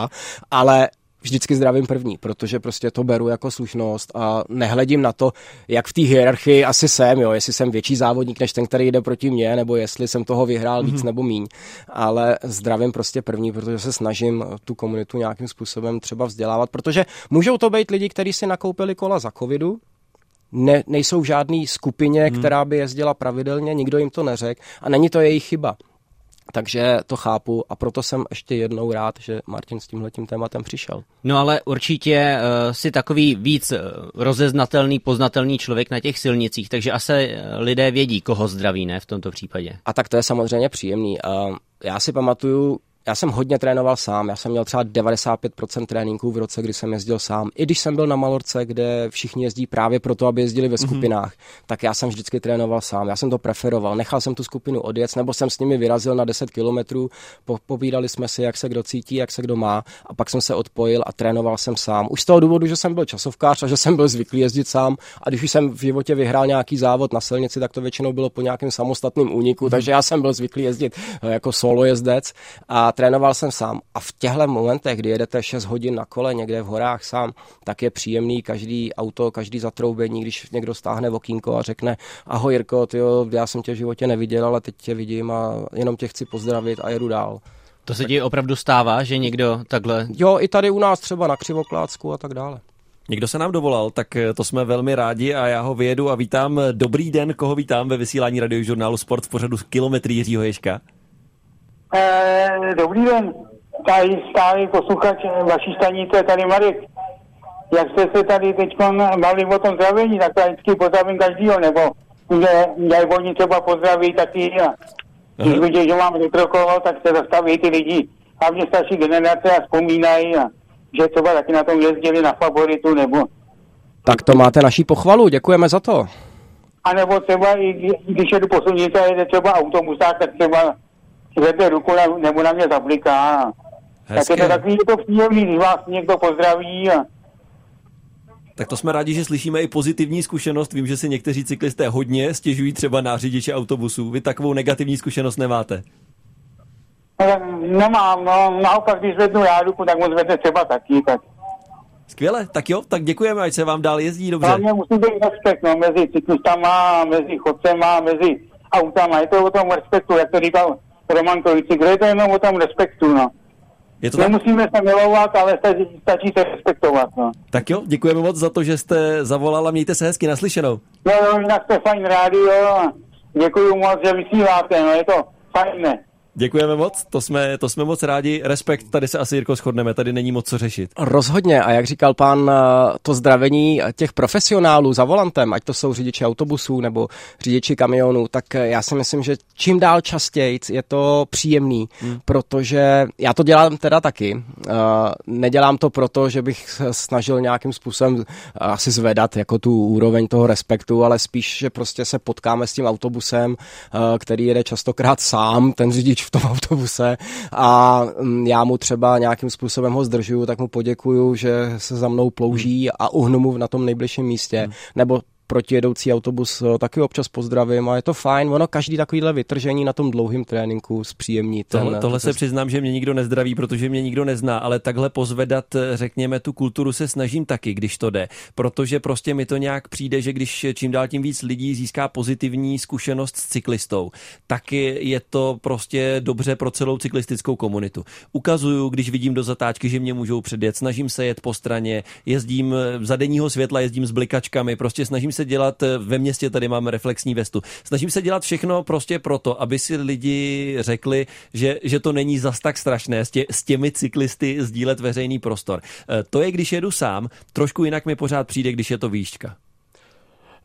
ale vždycky zdravím první, protože prostě to beru jako slušnost a nehledím na to, jak v té hierarchii asi jsem, jestli jsem větší závodník než ten, který jde proti mně, nebo jestli jsem toho vyhrál víc nebo míň, ale zdravím prostě první, protože se snažím tu komunitu nějakým způsobem třeba vzdělávat, protože můžou to být lidi, kteří si nakoupili kola za covidu, nejsou v žádné skupině, která by jezdila pravidelně, nikdo jim to neřekl a není to jejich chyba. Takže to chápu a proto jsem ještě jednou rád, že Martin s tímhletím tématem přišel. No ale určitě si takový víc rozeznatelný, poznatelný člověk na těch silnicích, takže asi lidé vědí, koho zdraví, ne, v tomto případě. A tak to je samozřejmě příjemný. Já si pamatuju, já jsem hodně trénoval sám, já jsem měl třeba 95% tréninků v roce, kdy jsem jezdil sám. I když jsem byl na Malorce, kde všichni jezdí právě proto, aby jezdili ve skupinách, tak já jsem vždycky trénoval sám. Já jsem to preferoval, nechal jsem tu skupinu odjet, nebo jsem s nimi vyrazil na 10 kilometrů, povídali jsme si, jak se kdo cítí, jak se kdo má, a pak jsem se odpojil a trénoval jsem sám. Už z toho důvodu, že jsem byl časovkář a že jsem byl zvyklý jezdit sám, a když už jsem v životě vyhrál nějaký závod na silnici, tak to většinou bylo po nějakém samostatném úniku, takže já jsem byl zvyklý jezdit jako solo jezdec a trénoval jsem sám. A v těchto momentech, kdy jedete 6 hodin na kole někde v horách sám, tak je příjemný každý auto, každý zatroubení, když někdo stáhne okýnko a řekne: ahoj Jirko, tyjo, já jsem tě v životě neviděl, ale teď tě vidím a jenom tě chci pozdravit a jedu dál. To se ti opravdu stává, že někdo takhle... Jo, i tady u nás třeba na Křivoklácku a tak dále. Někdo se nám dovolal, tak to jsme velmi rádi a já ho vyjedu a vítám. Dobrý den, koho vítám ve vysílání Radiožurnálu Sport v pořadu Kilometry Jiřího Ježka. Dobrý den, tady stálý posluchač vaší stanice, tady Marek. Jak jste se tady teď bavili o tom zdravení, tak já vždycky pozdravím každýho, nebo že oni třeba pozdraví taky. Když vidí, že mám retrokolo, tak se zastaví ty lidi, hlavně starší generace, a vzpomínají, že třeba taky na tom jezdili na Favoritu, nebo... Tak to máte naší pochvalu, děkujeme za to. A nebo třeba, i když jedu po silnici a jede třeba autobusák, tak třeba zvedne ruku nebo na mě zabliká. Tak je to takový to příjemný, když vás někdo pozdraví. Tak to jsme rádi, že slyšíme i pozitivní zkušenost. Vím, že si někteří cyklisté hodně stěžují třeba na řidiče autobusů. Vy takovou negativní zkušenost nemáte? Nemám, no, naopak, když zvednu já ruku, tak mu zvedne třeba taky. Tak. Skvěle, tak jo, tak děkujeme, ať se vám dál jezdí dobře. Hlavně musí být respekt, mezi cyklistama, mezi chodcema, mezi autama. Je to o tom respektu, jak to říkal Roman Kolicik, je to jenom o tom respektu, no. Nemusíme se milovat, ale stačí se respektovat, no. Tak jo, děkujeme moc za to, že jste zavolala, mějte se hezky, naslyšenou. Jo, jinak to fajn rádio, děkuju moc, že vysíláte, no, je to fajné. Děkujeme moc, to jsme moc rádi, respekt, tady se asi, Jirko, shodneme, tady není moc co řešit. Rozhodně, a jak říkal pán, to zdravení těch profesionálů za volantem, ať to jsou řidiči autobusů nebo řidiči kamionů, tak já si myslím, že čím dál častěji je to příjemný, protože já to dělám teda taky. Nedělám to proto, že bych snažil nějakým způsobem asi zvedat jako tu úroveň toho respektu, ale spíš, že prostě se potkáme s tím autobusem, který jede častokrát sám, ten řidič v tom autobuse, a já mu třeba nějakým způsobem ho zdržuju, tak mu poděkuju, že se za mnou plouží a uhnu mu na tom nejbližším místě, nebo protijedoucí autobus taky občas pozdravím a je to fajn. Ono každý takovýhle vytržení na tom dlouhém tréninku zpříjemní. Tohle se přiznám, že mě nikdo nezdraví, protože mě nikdo nezná, ale takhle pozvedat, řekněme, tu kulturu se snažím taky, když to jde, protože prostě mi to nějak přijde, že když čím dál tím víc lidí získá pozitivní zkušenost s cyklistou, tak je to prostě dobře pro celou cyklistickou komunitu. Ukazuju, když vidím do zatáčky, že mě můžou předjet, snažím se jet po straně, jezdím za denního světla, jezdím s blikačkami, prostě snažím se dělat, ve městě tady máme reflexní vestu, snažím se dělat všechno prostě proto, aby si lidi řekli, že to není zas tak strašné s těmi cyklisty sdílet veřejný prostor. To je, když jedu sám, trošku jinak mi pořád přijde, když je to výška.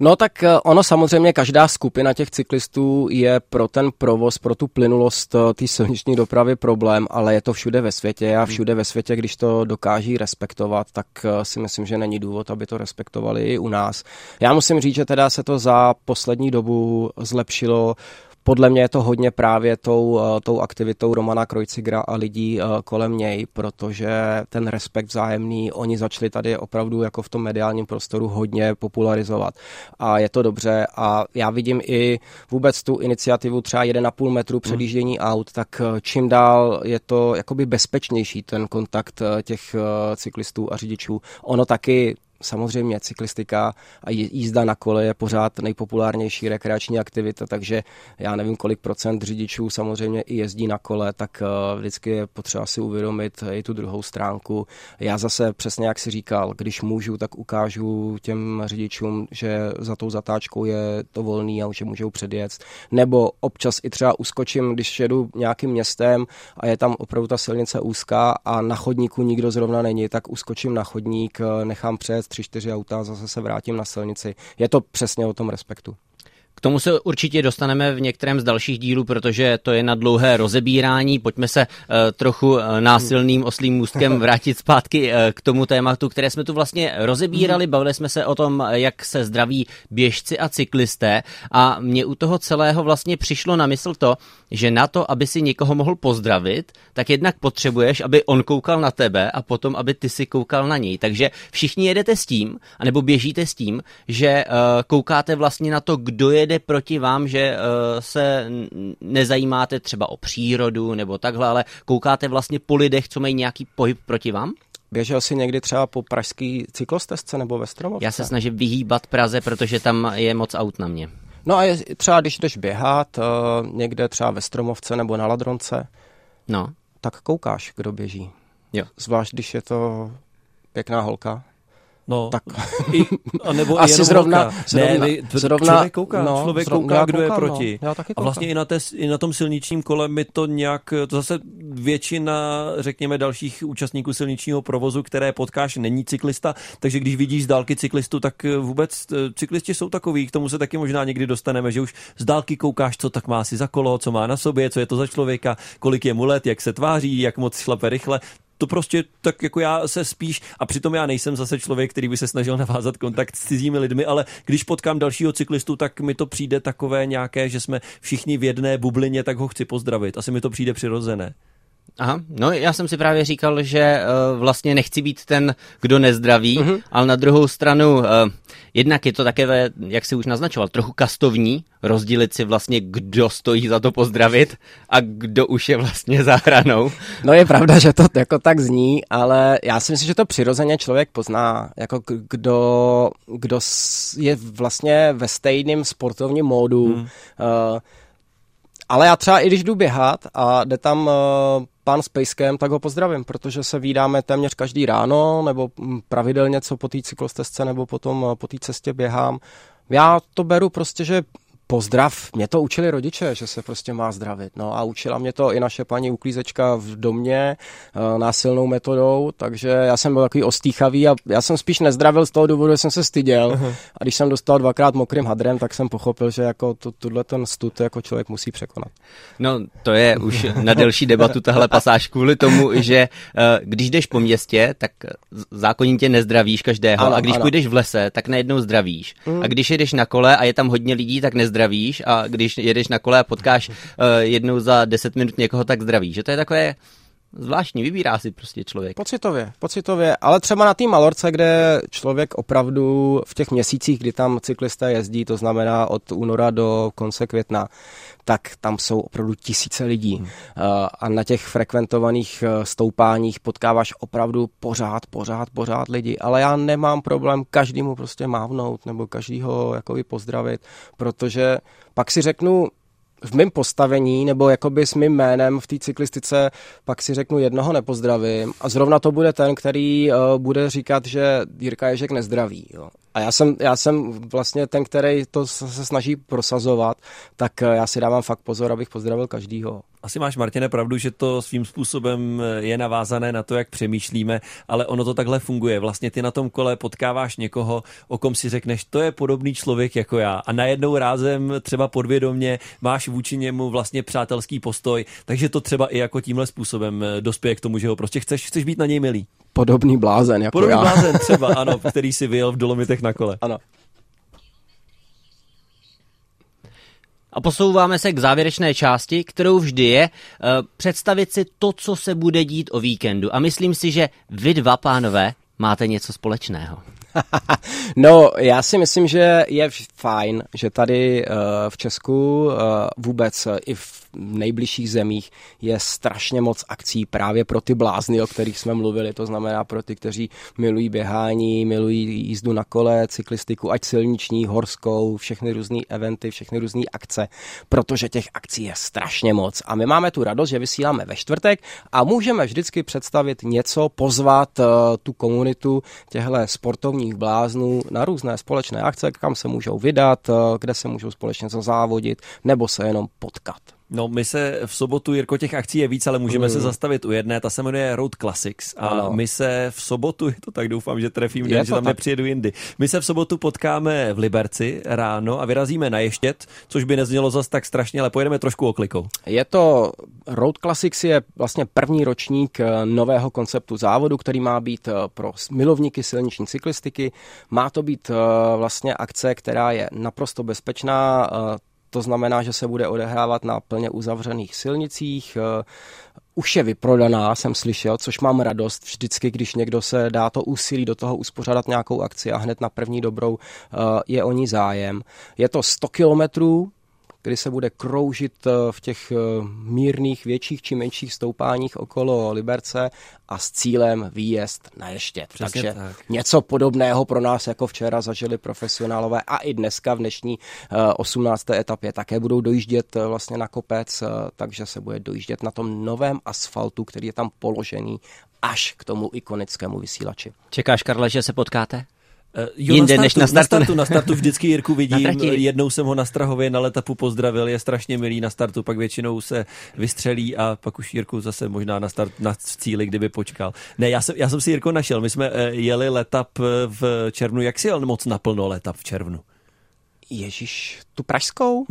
No tak ono samozřejmě, každá skupina těch cyklistů je pro ten provoz, pro tu plynulost té silniční dopravy problém, ale je to všude ve světě a všude ve světě, když to dokáží respektovat, tak si myslím, že není důvod, aby to respektovali i u nás. Já musím říct, že teda se to za poslední dobu zlepšilo. Podle mě je to hodně právě tou aktivitou Romana Kreuzigra a lidí kolem něj, protože ten respekt vzájemný oni začali tady opravdu jako v tom mediálním prostoru hodně popularizovat. A je to dobře a já vidím i vůbec tu iniciativu třeba 1,5 metru předjíždění aut, tak čím dál je to jakoby bezpečnější ten kontakt těch cyklistů a řidičů. Ono taky samozřejmě cyklistika a jízda na kole je pořád nejpopulárnější rekreační aktivita, takže já nevím, kolik procent řidičů samozřejmě i jezdí na kole, tak vždycky je potřeba si uvědomit i tu druhou stránku. Já zase přesně jak si říkal, když můžu, tak ukážu těm řidičům, že za tou zatáčkou je to volný a že můžou předjet. Nebo občas i třeba uskočím, když jedu nějakým městem a je tam opravdu ta silnice úzká a na chodníku nikdo zrovna není, tak uskočím na chodník, nechám přejet 3-4 auta a zase se vrátím na silnici. Je to přesně o tom respektu. K tomu se určitě dostaneme v některém z dalších dílů, protože to je na dlouhé rozebírání. Pojďme se trochu násilným oslím můstkem vrátit zpátky k tomu tématu, které jsme tu vlastně rozebírali. Bavili jsme se o tom, jak se zdraví běžci a cyklisté a mně u toho celého vlastně přišlo na mysl to, že na to, aby si někoho mohl pozdravit, tak jednak potřebuješ, aby on koukal na tebe a potom, aby ty si koukal na něj. Takže všichni jedete s tím, anebo běžíte s tím, že koukáte vlastně na to, kdo jede proti vám, že se nezajímáte třeba o přírodu nebo takhle, ale koukáte vlastně po lidech, co mají nějaký pohyb proti vám? Běžel jsi někdy třeba po pražský cyklostezce nebo ve Stromovce? Já se snažím vyhýbat Praze, protože tam je moc aut na mě. No a třeba když jdeš běhat někde třeba ve Stromovce nebo na Ladronce, tak koukáš, kdo běží. Jo. Zvlášť, když je to pěkná holka. No, tak. A nebo asi jenom zrovna, člověk kouká, kdo je proti. No, a vlastně i na tom silničním kole mi to nějak, to zase většina, řekněme, dalších účastníků silničního provozu, které potkáš, není cyklista, takže když vidíš z dálky cyklistu, tak vůbec cyklisti jsou takový, k tomu se taky možná někdy dostaneme, že už z dálky koukáš, co tak má asi za kolo, co má na sobě, co je to za člověka, kolik je mu let, jak se tváří, jak moc šlape rychle. To prostě tak jako já se spíš, a přitom já nejsem zase člověk, který by se snažil navázat kontakt s cizími lidmi, ale když potkám dalšího cyklistu, tak mi to přijde takové nějaké, že jsme všichni v jedné bublině, tak ho chci pozdravit. Asi mi to přijde přirozené. Aha, no já jsem si právě říkal, že vlastně nechci být ten, kdo nezdraví, ale na druhou stranu jednak je to také, jak si už naznačoval, trochu kastovní, rozdělit si vlastně, kdo stojí za to pozdravit a kdo už je vlastně za hranou. No je pravda, že to jako tak zní, ale já si myslím, že to přirozeně člověk pozná, jako kdo je vlastně ve stejném sportovním módu. Ale já třeba i když jdu běhat a jde tam pán s pejskem, tak ho pozdravím, protože se vídáme téměř každý ráno, nebo pravidelně, co po té cyklostezce, nebo potom po té cestě běhám. Já to beru prostě, že pozdrav, mě to učili rodiče, že se prostě má zdravit. No a učila mě to i naše paní uklízečka v domě násilnou metodou, takže já jsem byl takový ostýchavý a já jsem spíš nezdravil z toho důvodu, že jsem se styděl. A když jsem dostal 2krát mokrým hadrem, tak jsem pochopil, že jako tuhle ten stud jako člověk musí překonat. No to je už na delší debatu tahle pasáž kvůli tomu, že když jdeš po městě, tak zákonitě nezdravíš každého, ano, a když půjdeš v lese, tak najednou zdravíš. A když jedeš na kole a je tam hodně lidí, tak nezdravíš, a když jedeš na kole a potkáš jednou za 10 minut někoho, tak zdravíš. Že to je takové zvláštní, vybírá si prostě člověk. Pocitově, ale třeba na té Malorce, kde člověk opravdu v těch měsících, kdy tam cyklisté jezdí, to znamená od února do konce května, tak tam jsou opravdu tisíce lidí. A na těch frekventovaných stoupáních potkáváš opravdu pořád lidi. Ale já nemám problém každému prostě mávnout nebo každýho jakoby pozdravit, protože pak si řeknu, v mém postavení nebo jakoby s mým jménem v té cyklistice pak si řeknu jednoho nepozdravím a zrovna to bude ten, který bude říkat, že Jirka Ježek nezdraví. Jo. A já jsem vlastně ten, který to se snaží prosazovat, tak já si dávám fakt pozor, abych pozdravil každýho. Asi máš, Martine, pravdu, že to svým způsobem je navázané na to, jak přemýšlíme, ale ono to takhle funguje. Vlastně ty na tom kole potkáváš někoho, o kom si řekneš, to je podobný člověk jako já, a najednou rázem třeba podvědomě máš vůči němu vlastně přátelský postoj, takže to třeba i jako tímhle způsobem dospěje k tomu, že ho prostě chceš být na něj milý. Podobný blázen jako Podobný já. blázen třeba, ano, který si vyjel v Dolomitech na kole. Ano. A posouváme se k závěrečné části, kterou vždy je představit si to, co se bude dít o víkendu. A myslím si, že vy dva, pánové, máte něco společného. No, já si myslím, že je fajn, že tady v Česku vůbec i v nejbližších zemích je strašně moc akcí právě pro ty blázny, o kterých jsme mluvili, to znamená pro ty, kteří milují běhání, milují jízdu na kole, cyklistiku, ať silniční, horskou, všechny různé eventy, všechny různé akce, protože těch akcí je strašně moc. A my máme tu radost, že vysíláme ve čtvrtek a můžeme vždycky představit něco, pozvat tu komunitu těchto sportovních bláznů na různé společné akce, kam se můžou vydat, kde se můžou společně zazávodit, nebo se jenom potkat. No, my se v sobotu, Jirko, těch akcí je víc, ale můžeme se zastavit u jedné, ta se jmenuje Road Classics a ano. My se v sobotu, je to tak, doufám, že trefím, že tam nepřijedu jindy. My se v sobotu potkáme v Liberci ráno a vyrazíme na Ještěd, což by neznělo zas tak strašně, ale pojedeme trošku oklikou. Je to, Road Classics je vlastně první ročník nového konceptu závodu, který má být pro milovníky silniční cyklistiky. Má to být vlastně akce, která je naprosto bezpečná. To znamená, že se bude odehrávat na plně uzavřených silnicích. Už je vyprodaná, jsem slyšel, což mám radost vždycky, když někdo se dá to úsilí do toho uspořádat nějakou akci a hned na první dobrou je o ní zájem. Je to 100 kilometrů, kdy se bude kroužit v těch mírných, větších či menších stoupáních okolo Liberce a s cílem výjezd na Ještěd. Přesně Takže tak. něco podobného pro nás jako včera zažili profesionálové a i dneska v dnešní 18. etapě také budou dojíždět vlastně na kopec, takže se bude dojíždět na tom novém asfaltu, který je tam položený až k tomu ikonickému vysílači. Čekáš, Karle, že se potkáte? Jinde než na startu. Na startu vždycky Jirku vidím, jednou jsem ho na Strahově na letapu pozdravil, je strašně milý na startu, pak většinou se vystřelí a pak už Jirku zase možná na cíli, kdyby počkal. Ne, já jsem si Jirko našel, my jsme jeli letap v červnu, jak si jel moc naplno letap v červnu? Ježíš, tu pražskou?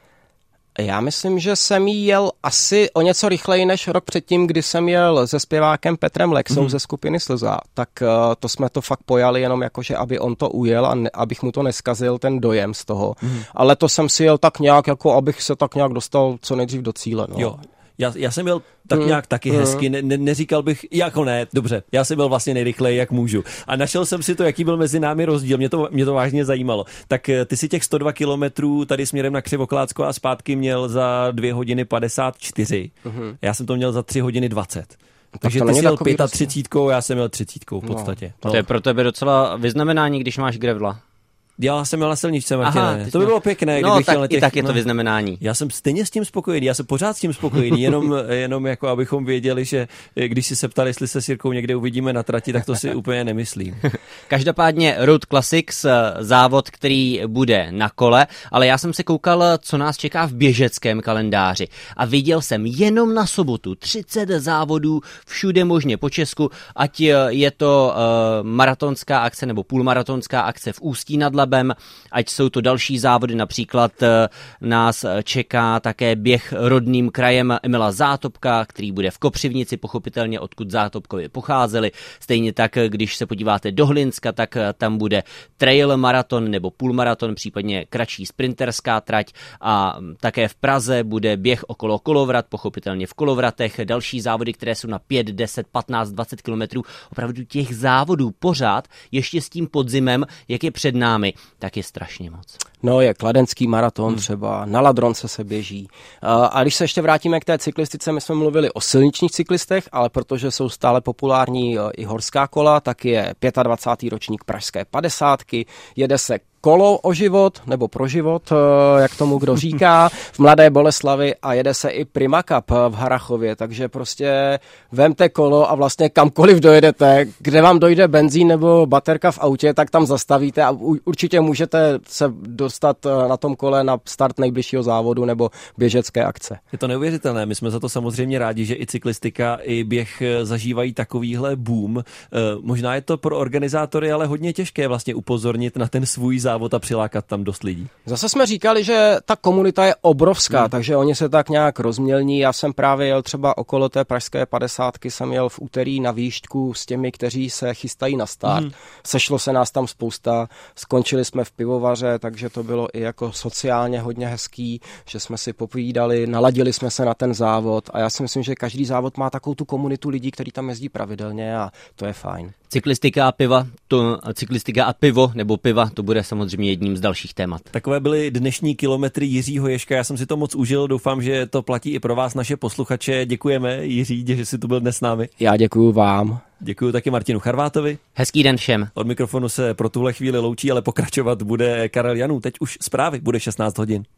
Já myslím, že jsem jí jel asi o něco rychleji než rok předtím, kdy jsem jel se zpěvákem Petrem Lexou ze skupiny Slza. Tak to jsme to fakt pojali jenom jakože, aby on to ujel a abych mu to neskazil ten dojem z toho. Ale to jsem si jel tak nějak, jako abych se tak nějak dostal co nejdřív do cíle. No. Jo. Já jsem byl tak nějak taky hezky, neříkal bych, jako ne, dobře, já jsem byl vlastně nejrychleji, jak můžu. A našel jsem si to, jaký byl mezi námi rozdíl, mě to vážně zajímalo. Tak ty si těch 102 kilometrů tady směrem na Křivoklátsko a zpátky měl za 2 hodiny 54, já jsem to měl za 3 hodiny 20. Takže ty jsi jel 35, já jsem měl 30 v podstatě. No. To je pro tebe docela vyznamenání, když máš grevla. Já jsem měl na silničce, Martine. To by bylo pěkné, kdybych tak měl na těch... i tak je to vyznamenání. Já jsem stejně s tím spokojený, já jsem pořád s tím spokojený, jenom jako abychom věděli, že když si se ptali, jestli se s Jirkou někde uvidíme na trati, tak to si úplně nemyslím. Každopádně Road Classics, závod, který bude na kole, ale já jsem se koukal, co nás čeká v běžeckém kalendáři a viděl jsem jenom na sobotu 30 závodů všude možně po Česku, ať je to maratonská akce nebo půlmaratonská akce v Ústí nad Labem, ať jsou to další závody, například nás čeká také běh rodným krajem Emila Zátopka, který bude v Kopřivnici, pochopitelně odkud Zátopkovi pocházeli. Stejně tak, když se podíváte do Hlinska, tak tam bude trail maraton nebo půlmaraton, případně kratší sprinterská trať a také v Praze bude běh okolo Kolovrat, pochopitelně v Kolovratech, další závody, které jsou na 5, 10, 15, 20 kilometrů. Opravdu těch závodů pořád, ještě s tím podzimem, jak je před námi, tak je strašně moc. No, je kladenský maraton třeba, na Ladronce se běží. A když se ještě vrátíme k té cyklistice, my jsme mluvili o silničních cyklistech, ale protože jsou stále populární i horská kola, tak je 25. ročník pražské 50, jede se kolo o život, nebo pro život, jak tomu kdo říká, v Mladé Boleslavi a jede se i Prima Cup v Harrachově, takže prostě vemte kolo a vlastně kamkoliv dojedete, kde vám dojde benzín nebo baterka v autě, tak tam zastavíte a určitě můžete se dostat na tom kole na start nejbližšího závodu nebo běžecké akce. Je to neuvěřitelné, my jsme za to samozřejmě rádi, že i cyklistika, i běh zažívají takovýhle boom. Možná je to pro organizátory ale hodně těžké vlastně upozornit na ten svůj závod a přilákat tam dost lidí. Zase jsme říkali, že ta komunita je obrovská, takže oni se tak nějak rozmělní. Já jsem právě jel třeba okolo té pražské 50, jsem jel v úterý na výštku s těmi, kteří se chystají na start. Sešlo se nás tam spousta, skončili jsme v pivovaře, takže to bylo i jako sociálně hodně hezký, že jsme si popovídali, naladili jsme se na ten závod a já si myslím, že každý závod má takovou tu komunitu lidí, kteří tam jezdí pravidelně a to je fajn. Cyklistika a pivo nebo piva, to bude samozřejmě jedním z dalších témat. Takové byly dnešní kilometry Jiřího Ježka, já jsem si to moc užil, doufám, že to platí i pro vás, naše posluchače. Děkujeme, Jiří, že jsi tu byl dnes s námi. Já děkuju vám. Děkuju taky Martinu Charvátovi. Hezký den všem. Od mikrofonu se pro tuhle chvíli loučí, ale pokračovat bude Karel Janů. Teď už zprávy, bude 16 hodin.